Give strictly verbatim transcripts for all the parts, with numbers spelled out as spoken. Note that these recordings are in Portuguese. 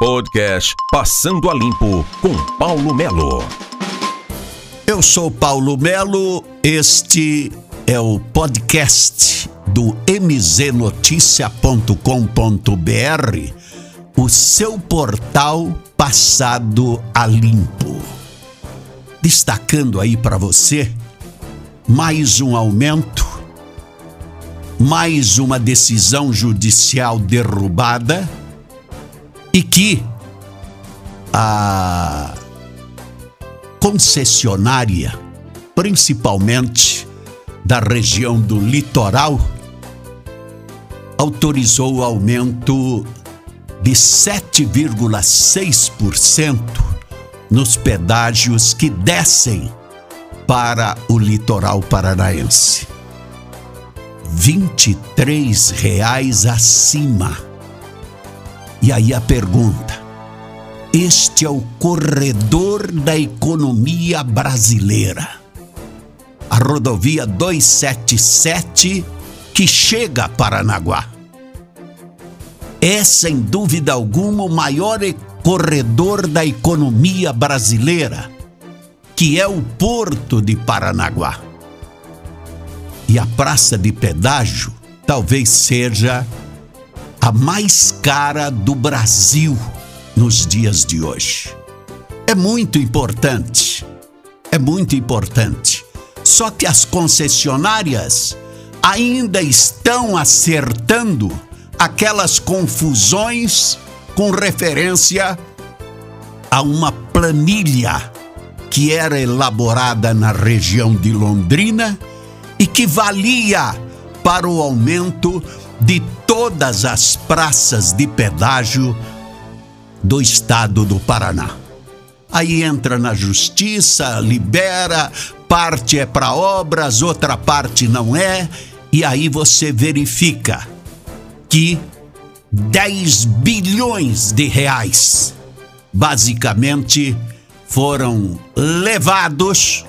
Podcast Passando a Limpo com Paulo Melo. Eu sou Paulo Melo, este é o podcast do m z notícia ponto com ponto b r, o seu portal Passado a Limpo. Destacando aí para você mais um aumento, mais uma decisão judicial derrubada e que a concessionária, principalmente da região do litoral, autorizou o aumento de sete vírgula seis por cento nos pedágios que descem para o litoral paranaense. vinte e três reais acima. E aí a pergunta: este é o corredor da economia brasileira, a rodovia duzentos e setenta e sete que chega a Paranaguá. É, sem dúvida alguma, o maior corredor da economia brasileira, que é o Porto de Paranaguá. E a praça de pedágio talvez seja a mais cara do Brasil nos dias de hoje. É muito importante, é muito importante. Só que as concessionárias ainda estão acertando aquelas confusões com referência a uma planilha que era elaborada na região de Londrina e que valia para o aumento de todas as praças de pedágio do estado do Paraná. Aí entra na justiça, libera, parte é para obras, outra parte não é, e aí você verifica que dez bilhões de reais basicamente foram levados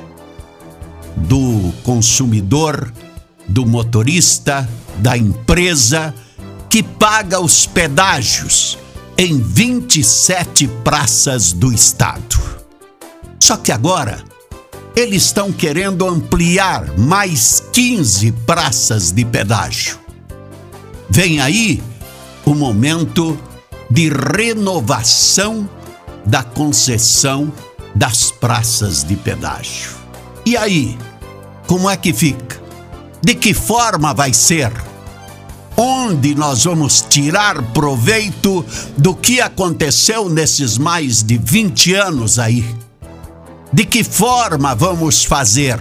do consumidor, do motorista, da empresa que paga os pedágios em vinte e sete praças do estado. Só que agora eles estão querendo ampliar mais quinze praças de pedágio. Vem aí o momento de renovação da concessão das praças de pedágio. E aí, como é que fica? De que forma vai ser? Onde nós vamos tirar proveito do que aconteceu nesses mais de vinte anos aí? De que forma vamos fazer?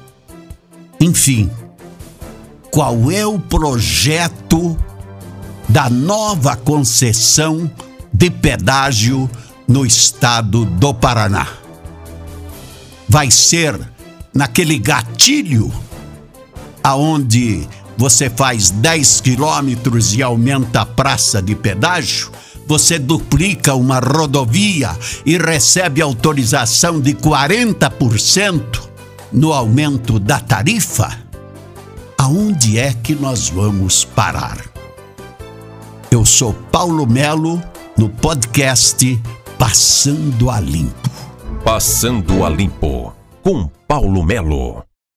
Enfim, qual é o projeto da nova concessão de pedágio no estado do Paraná? Vai ser naquele gatilho aonde você faz dez quilômetros e aumenta a praça de pedágio, você duplica uma rodovia e recebe autorização de quarenta por cento no aumento da tarifa? Aonde é que nós vamos parar? Eu sou Paulo Melo, no podcast Passando a Limpo. Passando a Limpo com Paulo Melo.